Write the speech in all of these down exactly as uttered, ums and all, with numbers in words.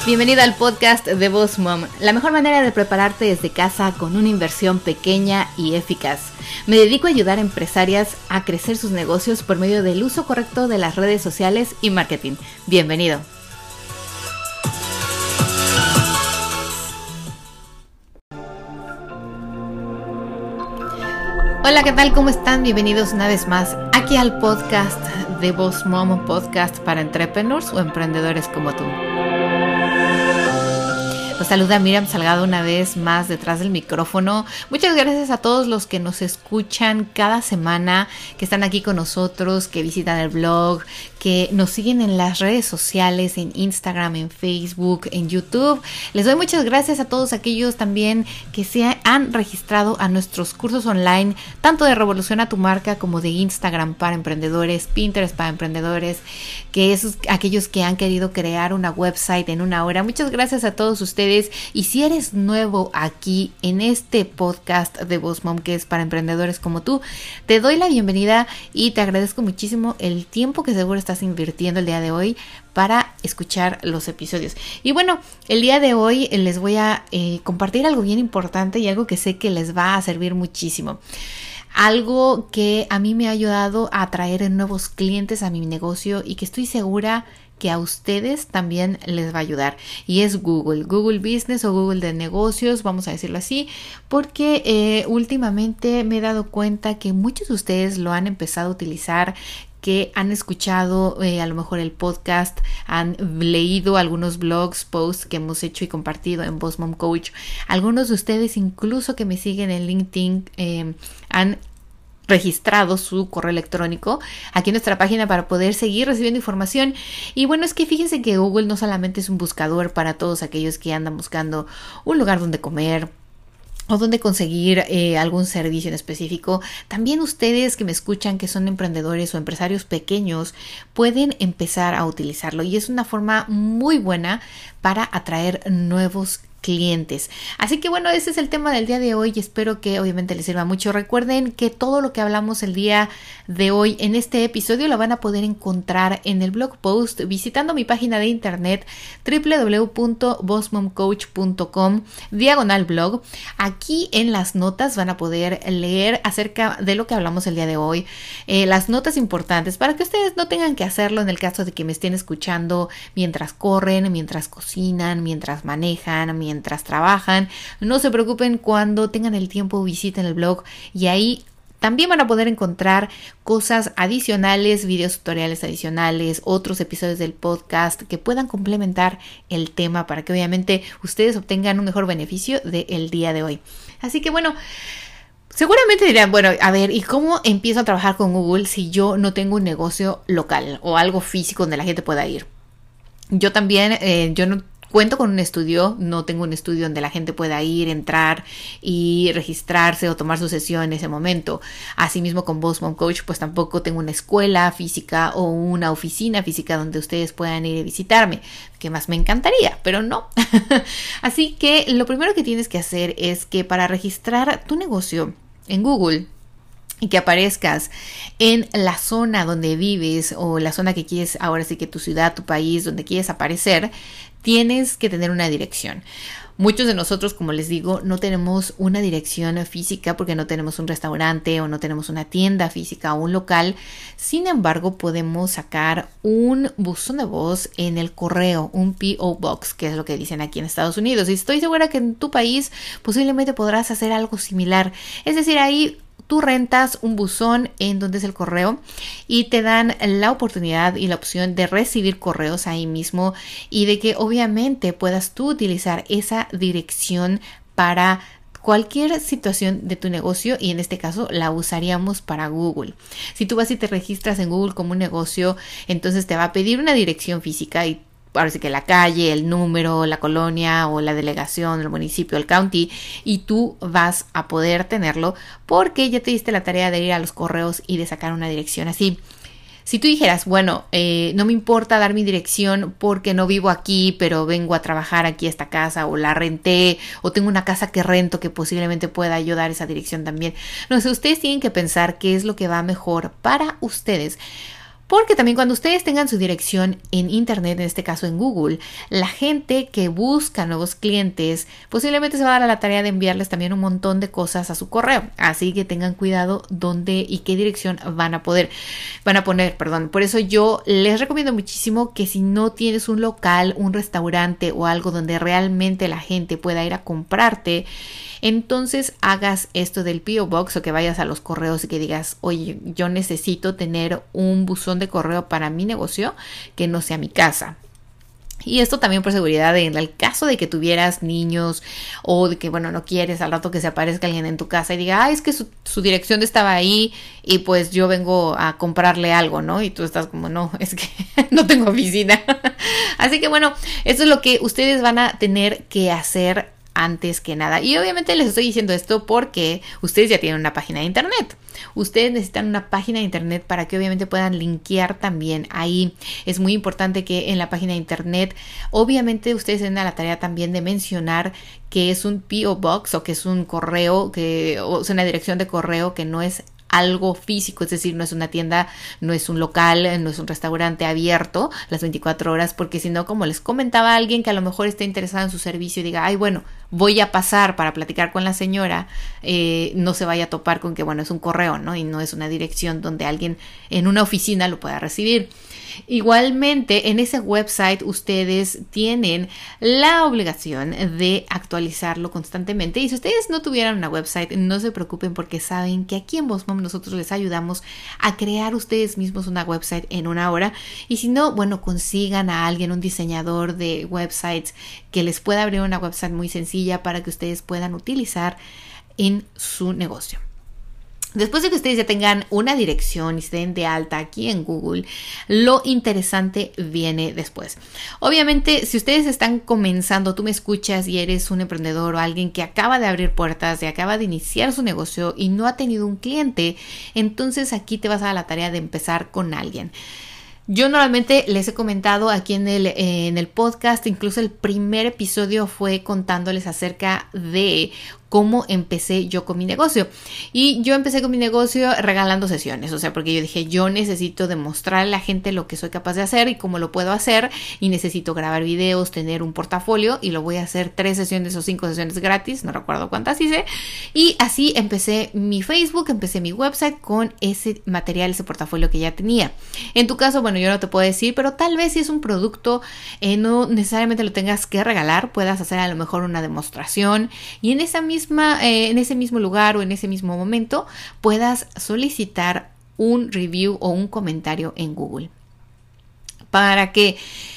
Bienvenido al podcast de Boss Mom, la mejor manera de prepararte desde casa con una inversión pequeña y eficaz. Me dedico a ayudar a empresarias a crecer sus negocios por medio del uso correcto de las redes sociales y marketing. Bienvenido. Hola, ¿qué tal? ¿Cómo están? Bienvenidos una vez más aquí al podcast de Boss Mom, podcast para entrepreneurs o emprendedores como tú. Los saluda Miriam Salgado una vez más detrás del micrófono. Muchas gracias a todos los que nos escuchan cada semana, que están aquí con nosotros, que visitan el blog, que nos siguen en las redes sociales, en Instagram, en Facebook, en YouTube. Les doy muchas gracias a todos aquellos también que se han registrado a nuestros cursos online, tanto de Revoluciona tu Marca como de Instagram para emprendedores, Pinterest para emprendedores, que es aquellos que han querido crear una website en una hora. Muchas gracias a todos ustedes. Y si eres nuevo aquí en este podcast de Boss Mom, que es para emprendedores como tú, te doy la bienvenida y te agradezco muchísimo el tiempo que seguro estás invirtiendo el día de hoy para escuchar los episodios. Y bueno, el día de hoy les voy a eh, compartir algo bien importante y algo que sé que les va a servir muchísimo. Algo que a mí me ha ayudado a atraer nuevos clientes a mi negocio y que estoy segura que a ustedes también les va a ayudar, y es Google, Google Business o Google de negocios, vamos a decirlo así, porque eh, últimamente me he dado cuenta que muchos de ustedes lo han empezado a utilizar, que han escuchado eh, a lo mejor el podcast, han leído algunos blogs, posts que hemos hecho y compartido en Boss Mom Coach. Algunos de ustedes incluso que me siguen en LinkedIn eh, han registrado su correo electrónico aquí en nuestra página para poder seguir recibiendo información. Y bueno, es que fíjense que Google no solamente es un buscador para todos aquellos que andan buscando un lugar donde comer o donde conseguir eh, algún servicio en específico. También ustedes que me escuchan, que son emprendedores o empresarios pequeños, pueden empezar a utilizarlo, y es una forma muy buena para atraer nuevos clientes. Así que bueno, ese es el tema del día de hoy y espero que obviamente les sirva mucho. Recuerden que todo lo que hablamos el día de hoy en este episodio lo van a poder encontrar en el blog post visitando mi página de internet doble u doble u doble u punto boss mom coach punto com diagonal blog. Aquí en las notas van a poder leer acerca de lo que hablamos el día de hoy, eh, las notas importantes para que ustedes no tengan que hacerlo en el caso de que me estén escuchando mientras corren, mientras cocinan, mientras manejan, mientras mientras trabajan. No se preocupen, cuando tengan el tiempo visiten el blog y ahí también van a poder encontrar cosas adicionales, videos tutoriales adicionales, otros episodios del podcast que puedan complementar el tema para que obviamente ustedes obtengan un mejor beneficio del día de hoy. Así que bueno, seguramente dirán, bueno, a ver, ¿y cómo empiezo a trabajar con Google si yo no tengo un negocio local o algo físico donde la gente pueda ir? Yo también, eh, yo no cuento con un estudio, no tengo un estudio donde la gente pueda ir, entrar y registrarse o tomar su sesión en ese momento. Asimismo con Boss Mom Coach, pues tampoco tengo una escuela física o una oficina física donde ustedes puedan ir a visitarme, que más me encantaría, pero no. Así que lo primero que tienes que hacer es que para registrar tu negocio en Google y que aparezcas en la zona donde vives o la zona que quieres, ahora sí que tu ciudad, tu país, donde quieres aparecer, tienes que tener una dirección. Muchos de nosotros, como les digo, no tenemos una dirección física porque no tenemos un restaurante o no tenemos una tienda física o un local. Sin embargo, podemos sacar un buzón de voz en el correo, un P O Box, que es lo que dicen aquí en Estados Unidos. Y estoy segura que en tu país posiblemente podrás hacer algo similar. Es decir, ahí tú rentas un buzón en donde es el correo y te dan la oportunidad y la opción de recibir correos ahí mismo y de que obviamente puedas tú utilizar esa dirección para cualquier situación de tu negocio, y en este caso la usaríamos para Google. Si tú vas y te registras en Google como un negocio, entonces te va a pedir una dirección física y ahora sí que la calle, el número, la colonia o la delegación, el municipio, el county, y tú vas a poder tenerlo porque ya te diste la tarea de ir a los correos y de sacar una dirección así. Si tú dijeras, bueno, eh, no me importa dar mi dirección porque no vivo aquí, pero vengo a trabajar aquí a esta casa, o la renté, o tengo una casa que rento que posiblemente pueda ayudar esa dirección también. No sé, ustedes tienen que pensar qué es lo que va mejor para ustedes. Porque también cuando ustedes tengan su dirección en internet, en este caso en Google, la gente que busca nuevos clientes posiblemente se va a dar a la tarea de enviarles también un montón de cosas a su correo. Así que tengan cuidado dónde y qué dirección van a poder, van a poner, perdón. Por eso yo les recomiendo muchísimo que si no tienes un local, un restaurante o algo donde realmente la gente pueda ir a comprarte, entonces hagas esto del P O Box, o que vayas a los correos y que digas, oye, yo necesito tener un buzón de correo para mi negocio que no sea mi casa. Y esto también por seguridad, en el caso de que tuvieras niños o de que, bueno, no quieres al rato que se aparezca alguien en tu casa y diga, ah, es que su, su dirección estaba ahí y pues yo vengo a comprarle algo, ¿no? Y tú estás como, no, es que no tengo oficina. Así que bueno, eso es lo que ustedes van a tener que hacer antes que nada. Y obviamente les estoy diciendo esto porque ustedes ya tienen una página de internet. Ustedes necesitan una página de internet para que obviamente puedan linkear también ahí. Es muy importante que en la página de internet, obviamente ustedes den a la tarea también de mencionar que es un P O Box o que es un correo, que o es una dirección de correo que no es algo físico, es decir, no es una tienda, no es un local, no es un restaurante abierto las veinticuatro horas, porque si no, como les comentaba alguien que a lo mejor esté interesado en su servicio y diga, ay, bueno, voy a pasar para platicar con la señora, eh, no se vaya a topar con que, bueno, es un correo, ¿no? Y no es una dirección donde alguien en una oficina lo pueda recibir. Igualmente, en ese website ustedes tienen la obligación de actualizarlo constantemente. Y si ustedes no tuvieran una website, no se preocupen porque saben que aquí en Boss Mom nosotros les ayudamos a crear ustedes mismos una website en una hora. Y si no, bueno, consigan a alguien, un diseñador de websites que les pueda abrir una website muy sencilla para que ustedes puedan utilizar en su negocio. Después de que ustedes ya tengan una dirección y se den de alta aquí en Google, lo interesante viene después. Obviamente, si ustedes están comenzando, tú me escuchas y eres un emprendedor o alguien que acaba de abrir puertas, de acaba de iniciar su negocio y no ha tenido un cliente, entonces aquí te vas a dar la tarea de empezar con alguien. Yo normalmente les he comentado aquí en el, eh, en el podcast, incluso el primer episodio fue contándoles acerca de cómo empecé yo con mi negocio. Y yo empecé con mi negocio regalando sesiones, o sea, porque yo dije, yo necesito demostrar a la gente lo que soy capaz de hacer y cómo lo puedo hacer, y necesito grabar videos, tener un portafolio, y lo voy a hacer tres sesiones o cinco sesiones gratis, no recuerdo cuántas hice, y así empecé mi Facebook, empecé mi website con ese material, ese portafolio que ya tenía. En tu caso, bueno, yo no te puedo decir, pero tal vez si es un producto, eh, no necesariamente lo tengas que regalar, puedas hacer a lo mejor una demostración, y en esa misma Eh, en ese mismo lugar o en ese mismo momento puedas solicitar un review o un comentario en Google. Para que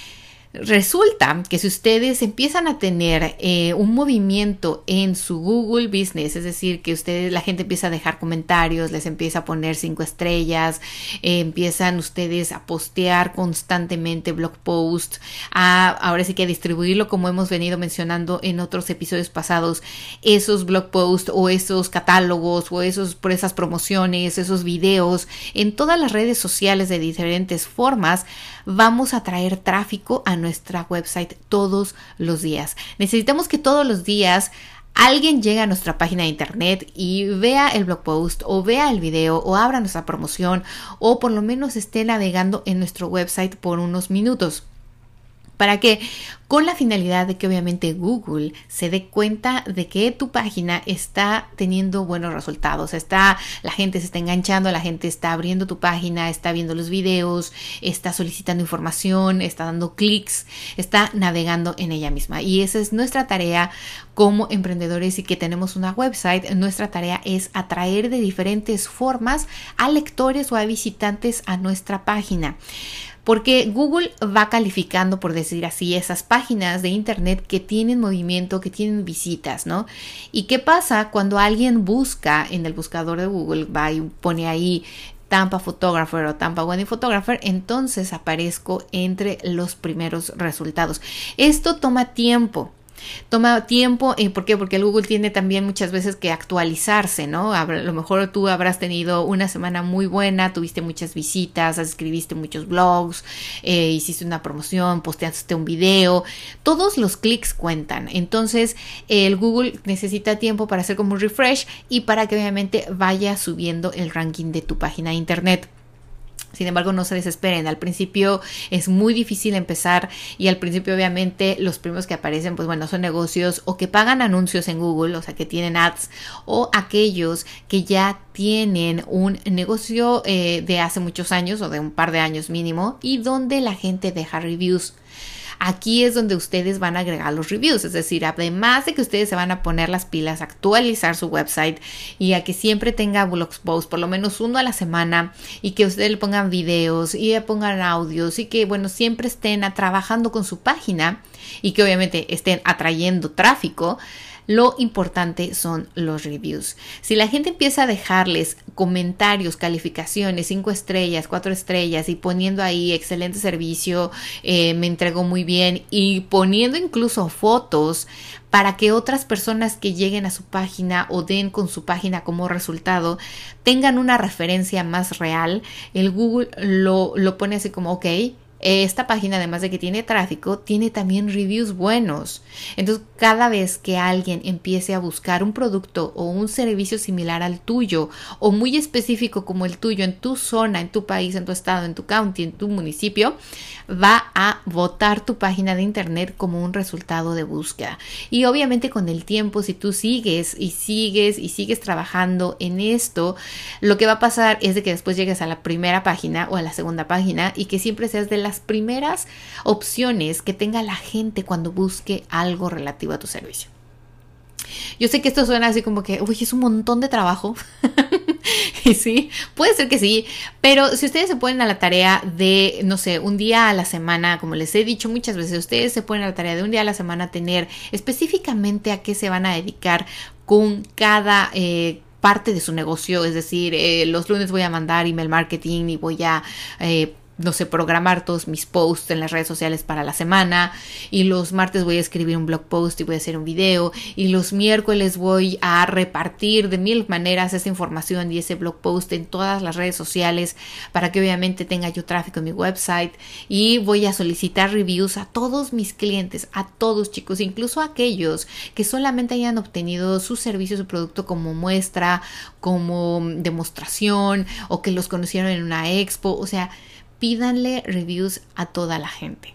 resulta que si ustedes empiezan a tener eh, un movimiento en su Google Business, es decir, que ustedes, la gente empieza a dejar comentarios, les empieza a poner cinco estrellas, eh, empiezan ustedes a postear constantemente blog posts, a, ahora sí que a distribuirlo como hemos venido mencionando en otros episodios pasados, esos blog posts o esos catálogos o esos, por esas promociones, esos videos en todas las redes sociales de diferentes formas, vamos a traer tráfico a nuestra website todos los días. Necesitamos que todos los días alguien llegue a nuestra página de internet y vea el blog post o vea el video o abra nuestra promoción o por lo menos esté navegando en nuestro website por unos minutos. ¿Para qué? Con la finalidad de que obviamente Google se dé cuenta de que tu página está teniendo buenos resultados. Está, la gente se está enganchando, la gente está abriendo tu página, está viendo los videos, está solicitando información, está dando clics, está navegando en ella misma. Y esa es nuestra tarea como emprendedores y que tenemos una website. Nuestra tarea es atraer de diferentes formas a lectores o a visitantes a nuestra página. Porque Google va calificando, por decir así, esas páginas de internet que tienen movimiento, que tienen visitas, ¿no? ¿Y qué pasa cuando alguien busca en el buscador de Google, va y pone ahí Tampa Photographer o Tampa Wedding Photographer? Entonces aparezco entre los primeros resultados. Esto toma tiempo. Toma tiempo, eh, ¿por qué? Porque el Google tiene también muchas veces que actualizarse, ¿no? A lo mejor tú habrás tenido una semana muy buena, tuviste muchas visitas, escribiste muchos blogs, eh, hiciste una promoción, posteaste un video, todos los clics cuentan. Entonces el Google necesita tiempo para hacer como un refresh y para que obviamente vaya subiendo el ranking de tu página de internet. Sin embargo, no se desesperen. Al principio es muy difícil empezar y al principio obviamente los primeros que aparecen, pues bueno, son negocios o que pagan anuncios en Google, o sea, que tienen ads, o aquellos que ya tienen un negocio eh, de hace muchos años o de un par de años mínimo y donde la gente deja reviews. Aquí es donde ustedes van a agregar los reviews, es decir, además de que ustedes se van a poner las pilas, a actualizar su website y a que siempre tenga blog posts, por lo menos uno a la semana, y que ustedes le pongan videos y le pongan audios y que, bueno, siempre estén a, trabajando con su página y que obviamente estén atrayendo tráfico. Lo importante son los reviews. Si la gente empieza a dejarles comentarios, calificaciones, cinco estrellas, cuatro estrellas y poniendo ahí excelente servicio, eh, me entregó muy bien y poniendo incluso fotos para que otras personas que lleguen a su página o den con su página como resultado tengan una referencia más real, el Google lo, lo pone así como ok. Esta página, además de que tiene tráfico, tiene también reviews buenos. Entonces, cada vez que alguien empiece a buscar un producto o un servicio similar al tuyo o muy específico como el tuyo en tu zona, en tu país, en tu estado, en tu county, en tu municipio, va a votar tu página de internet como un resultado de búsqueda. Y obviamente con el tiempo, si tú sigues y sigues y sigues trabajando en esto, lo que va a pasar es de que después llegues a la primera página o a la segunda página y que siempre seas de las primeras opciones que tenga la gente cuando busque algo relativo a tu servicio. Yo sé que esto suena así como que, uy, es un montón de trabajo. Y sí, puede ser que sí, pero si ustedes se ponen a la tarea de, no sé, un día a la semana, como les he dicho muchas veces, ustedes se ponen a la tarea de un día a la semana tener específicamente a qué se van a dedicar con cada eh, parte de su negocio, es decir, eh, los lunes voy a mandar email marketing y voy a eh, no sé, programar todos mis posts en las redes sociales para la semana, y los martes voy a escribir un blog post y voy a hacer un video, y los miércoles voy a repartir de mil maneras esa información y ese blog post en todas las redes sociales para que obviamente tenga yo tráfico en mi website, y voy a solicitar reviews a todos mis clientes, a todos, chicos, incluso a aquellos que solamente hayan obtenido su servicio, su producto como muestra, como demostración, o que los conocieron en una expo. O sea, pídanle reviews a toda la gente.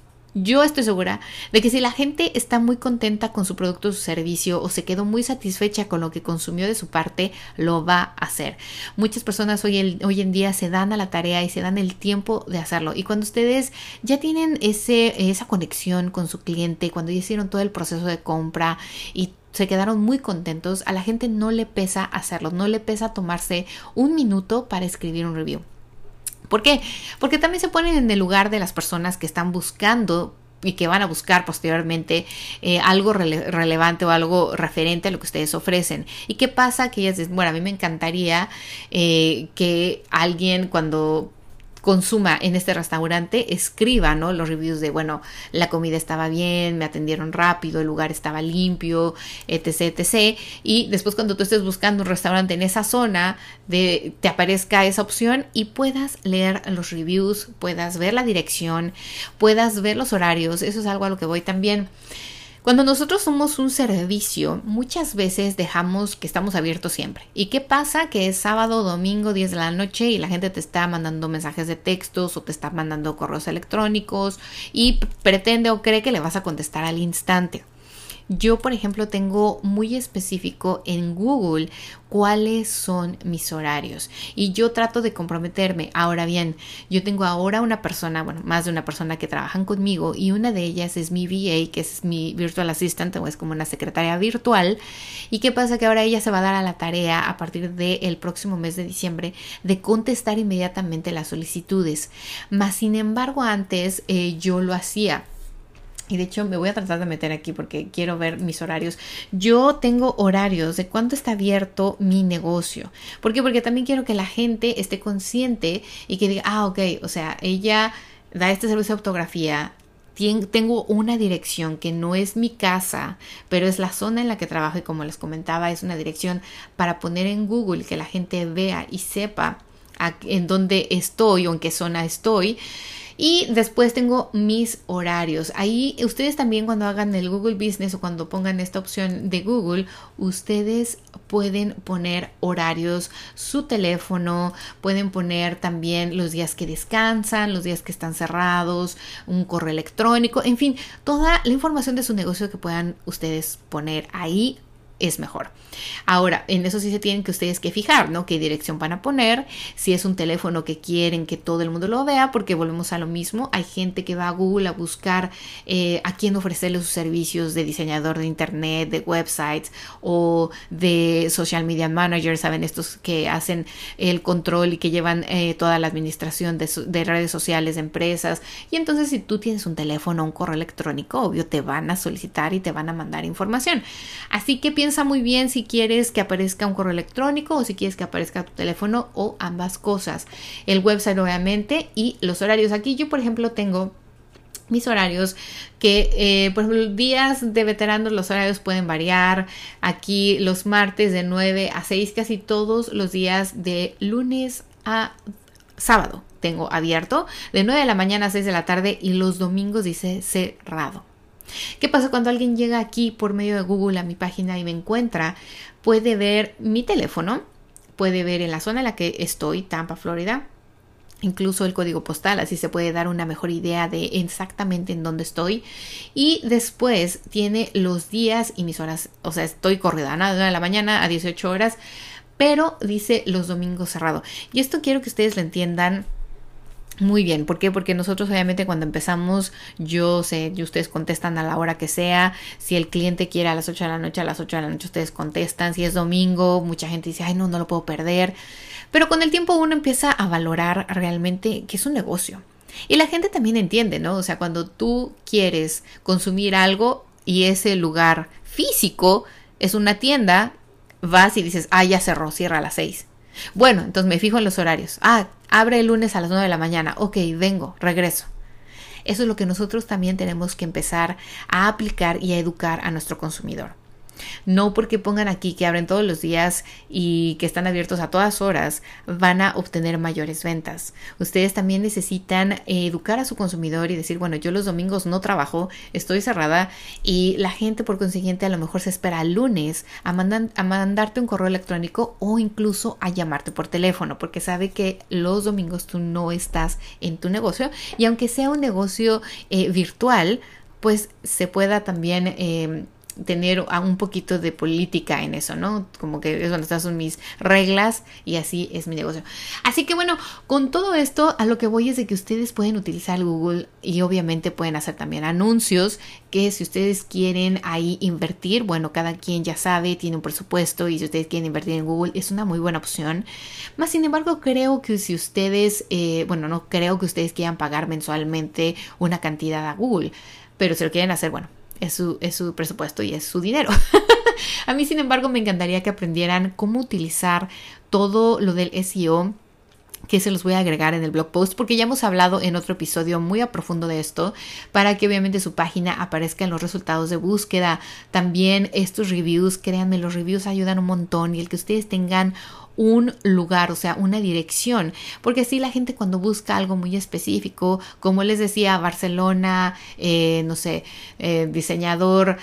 Yo estoy segura de que si la gente está muy contenta con su producto o su servicio o se quedó muy satisfecha con lo que consumió de su parte, lo va a hacer. Muchas personas hoy, el, hoy en día se dan a la tarea y se dan el tiempo de hacerlo. Y cuando ustedes ya tienen ese, esa conexión con su cliente, cuando ya hicieron todo el proceso de compra y se quedaron muy contentos, a la gente no le pesa hacerlo, no le pesa tomarse un minuto para escribir un review. ¿Por qué? Porque también se ponen en el lugar de las personas que están buscando y que van a buscar posteriormente eh, algo rele- relevante o algo referente a lo que ustedes ofrecen. ¿Y qué pasa? Que ellas dicen, bueno, a mí me encantaría eh, que alguien cuando consuma en este restaurante escriba, ¿no?, los reviews de, bueno, la comida estaba bien, me atendieron rápido, el lugar estaba limpio, etc, etc. Y después cuando tú estés buscando un restaurante en esa zona, de, te aparezca esa opción y puedas leer los reviews, puedas ver la dirección, puedas ver los horarios. Eso es algo a lo que voy también. Cuando nosotros somos un servicio, muchas veces dejamos que estamos abiertos siempre. ¿Y qué pasa? Que es sábado, domingo, diez de la noche y la gente te está mandando mensajes de textos o te está mandando correos electrónicos y pretende o cree que le vas a contestar al instante. Yo, por ejemplo, tengo muy específico en Google cuáles son mis horarios y yo trato de comprometerme. Ahora bien, yo tengo ahora una persona, bueno, más de una persona que trabajan conmigo y una de ellas es mi V A, que es mi Virtual Assistant o es como una secretaria virtual. ¿Y qué pasa? Que ahora ella se va a dar a la tarea a partir del próximo mes de diciembre de contestar inmediatamente las solicitudes. Más sin embargo, antes eh, yo lo hacía. Y de hecho me voy a tratar de meter aquí porque quiero ver mis horarios. Yo tengo horarios de cuándo está abierto mi negocio. ¿Por qué? Porque también quiero que la gente esté consciente y que diga, ah, ok, o sea, ella da este servicio de fotografía. Tengo una dirección que no es mi casa, pero es la zona en la que trabajo y como les comentaba, es una dirección para poner en Google que la gente vea y sepa a, en dónde estoy o en qué zona estoy. Y después tengo mis horarios. Ahí ustedes también cuando hagan el Google Business o cuando pongan esta opción de Google, ustedes pueden poner horarios, su teléfono, pueden poner también los días que descansan, los días que están cerrados, un correo electrónico, en fin, toda la información de su negocio que puedan ustedes poner ahí es mejor. Ahora, en eso sí se tienen que ustedes que fijar, ¿no? Qué dirección van a poner, si es un teléfono que quieren que todo el mundo lo vea, porque volvemos a lo mismo, hay gente que va a Google a buscar eh, a quién ofrecerle sus servicios de diseñador de internet, de websites o de social media manager, ¿saben? Estos que hacen el control y que llevan eh, toda la administración de, de redes sociales de empresas, y entonces si tú tienes un teléfono o un correo electrónico, obvio te van a solicitar y te van a mandar información. Así que piensa muy bien si quieres que aparezca un correo electrónico o si quieres que aparezca tu teléfono o ambas cosas. El website obviamente y los horarios. Aquí yo por ejemplo tengo mis horarios que eh, por ejemplo días de veteranos los horarios pueden variar. Aquí los martes de nueve a seis, casi todos los días de lunes a sábado tengo abierto, de nueve de la mañana a seis de la tarde, y los domingos dice cerrado. ¿Qué pasa cuando alguien llega aquí por medio de Google a mi página y me encuentra? Puede ver mi teléfono, puede ver en la zona en la que estoy, Tampa, Florida, incluso el código postal, así se puede dar una mejor idea de exactamente en dónde estoy. Y después tiene los días y mis horas, o sea, estoy corrida, ¿no? De nueve de la mañana a dieciocho horas, pero dice los domingos cerrado. Y esto quiero que ustedes lo entiendan muy bien. ¿Por qué? Porque nosotros obviamente cuando empezamos, yo sé, y ustedes contestan a la hora que sea. Si el cliente quiere a las ocho de la noche, a las ocho de la noche ustedes contestan. Si es domingo, mucha gente dice, ay no, no lo puedo perder. Pero con el tiempo uno empieza a valorar realmente que es un negocio. Y la gente también entiende, ¿no? O sea, cuando tú quieres consumir algo y ese lugar físico es una tienda, vas y dices, ah, ya cerró, cierra a las seis. Bueno, entonces me fijo en los horarios. Ah, abre el lunes a las nueve de la mañana. Ok, vengo, regreso. Eso es lo que nosotros también tenemos que empezar a aplicar y a educar a nuestro consumidor. No porque pongan aquí que abren todos los días y que están abiertos a todas horas van a obtener mayores ventas. Ustedes también necesitan eh, educar a su consumidor y decir, bueno, yo los domingos no trabajo, estoy cerrada, y la gente por consiguiente a lo mejor se espera al lunes a, mandan, a mandarte un correo electrónico o incluso a llamarte por teléfono, porque sabe que los domingos tú no estás en tu negocio, y aunque sea un negocio eh, virtual, pues se pueda también eh, tener un poquito de política en eso, ¿no? Como que es donde estas son mis reglas y así es mi negocio. Así que bueno, con todo esto a lo que voy es de que ustedes pueden utilizar Google y obviamente pueden hacer también anuncios, que si ustedes quieren ahí invertir, bueno, cada quien ya sabe, tiene un presupuesto, y si ustedes quieren invertir en Google es una muy buena opción. Más sin embargo, creo que si ustedes, eh, bueno, no creo que ustedes quieran pagar mensualmente una cantidad a Google, pero si lo quieren hacer, bueno, Es su, es su presupuesto y es su dinero. A mí, sin embargo, me encantaría que aprendieran cómo utilizar todo lo del S E O, que se los voy a agregar en el blog post, porque ya hemos hablado en otro episodio muy a profundo de esto, para que obviamente su página aparezca en los resultados de búsqueda. También estos reviews, créanme, los reviews ayudan un montón, y el que ustedes tengan un lugar, o sea, una dirección, porque así la gente cuando busca algo muy específico, como les decía, Barcelona, eh, no sé, eh, diseñador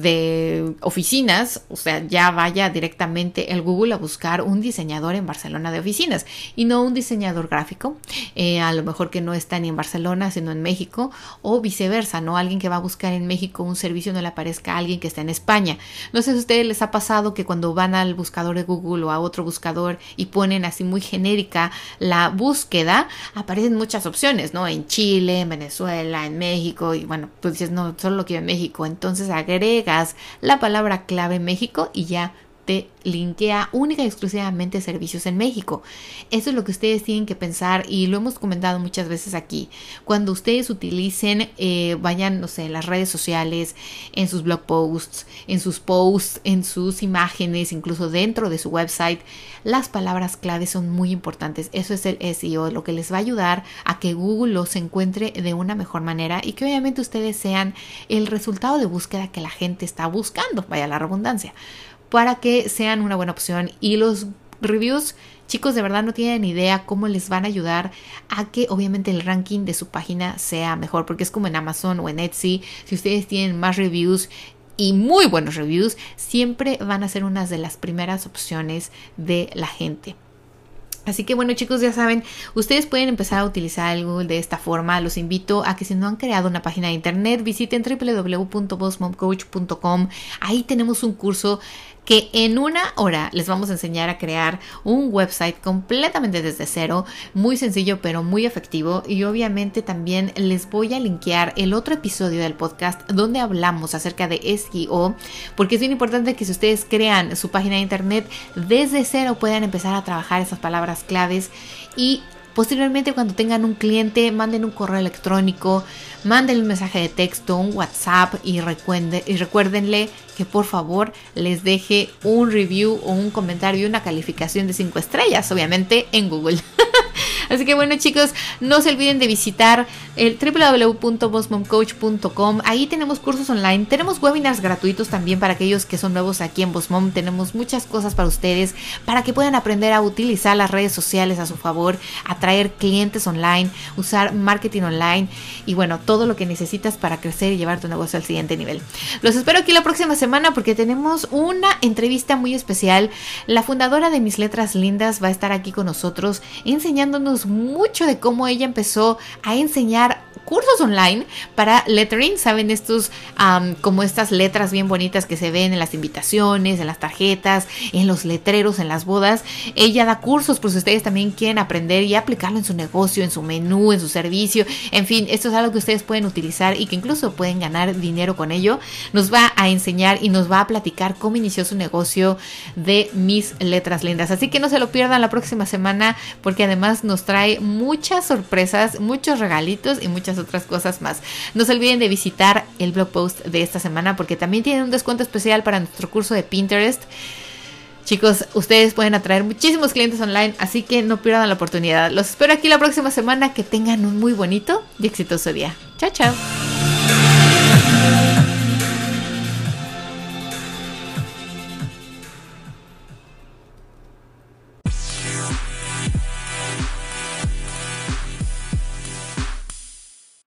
de oficinas, o sea, ya vaya directamente el Google a buscar un diseñador en Barcelona de oficinas y no un diseñador gráfico, eh, a lo mejor que no está ni en Barcelona sino en México, o viceversa, ¿no? Alguien que va a buscar en México un servicio no le aparezca a alguien que está en España. No sé si a ustedes les ha pasado que cuando van al buscador de Google o a otro buscador y ponen así muy genérica la búsqueda, aparecen muchas opciones, ¿no? En Chile, en Venezuela, en México, y bueno, pues dices, no, solo lo quiero en México, entonces agregas la palabra clave México y ya te linkea única y exclusivamente servicios en México. Eso es lo que ustedes tienen que pensar, y lo hemos comentado muchas veces aquí. Cuando ustedes utilicen, eh, vayan, no sé, en las redes sociales, en sus blog posts, en sus posts, en sus imágenes, incluso dentro de su website, las palabras claves son muy importantes. Eso es el S E O, lo que les va a ayudar a que Google los encuentre de una mejor manera y que obviamente ustedes sean el resultado de búsqueda que la gente está buscando, vaya la redundancia, para que sean una buena opción. Y los reviews chicos, de verdad no tienen idea cómo les van a ayudar a que obviamente el ranking de su página sea mejor, porque es como en Amazon o en Etsy. Si ustedes tienen más reviews y muy buenos reviews, siempre van a ser una de las primeras opciones de la gente. Así que bueno, chicos, ya saben, ustedes pueden empezar a utilizar el Google de esta forma. Los invito a que si no han creado una página de internet, visiten w w w punto boss mom coach punto com. Ahí tenemos un curso que en una hora les vamos a enseñar a crear un website completamente desde cero, muy sencillo pero muy efectivo. Y obviamente también les voy a linkear el otro episodio del podcast donde hablamos acerca de S E O, porque es bien importante que si ustedes crean su página de internet desde cero puedan empezar a trabajar esas palabras claves y posteriormente cuando tengan un cliente manden un correo electrónico, manden un mensaje de texto, un WhatsApp y, recuerde, y recuérdenle que por favor les deje un review o un comentario y una calificación de cinco estrellas, obviamente en Google. Así que bueno, chicos, no se olviden de visitar el w w w punto boss mom coach punto com. Ahí tenemos cursos online, tenemos webinars gratuitos también para aquellos que son nuevos aquí en Boss Mom. Tenemos muchas cosas para ustedes, para que puedan aprender a utilizar las redes sociales a su favor, atraer clientes online, usar marketing online y bueno, todo lo que necesitas para crecer y llevar tu negocio al siguiente nivel. Los espero aquí la próxima semana porque tenemos una entrevista muy especial. La fundadora de Mis Letras Lindas va a estar aquí con nosotros enseñándonos mucho de cómo ella empezó a enseñar cursos online para lettering. Saben, estos um, como estas letras bien bonitas que se ven en las invitaciones, en las tarjetas, en los letreros, en las bodas. Ella da cursos por si ustedes también quieren aprender y aplicarlo en su negocio, en su menú, en su servicio. En fin, esto es algo que ustedes pueden utilizar y que incluso pueden ganar dinero con ello. Nos va a enseñar y nos va a platicar cómo inició su negocio de Mis Letras Lindas. Así que no se lo pierdan la próxima semana porque además nos trae muchas sorpresas, muchos regalitos y muchas otras cosas más. No se olviden de visitar el blog post de esta semana porque también tienen un descuento especial para nuestro curso de Pinterest. Chicos, ustedes pueden atraer muchísimos clientes online, así que no pierdan la oportunidad. Los espero aquí la próxima semana. Que tengan un muy bonito y exitoso día. Chao, chao.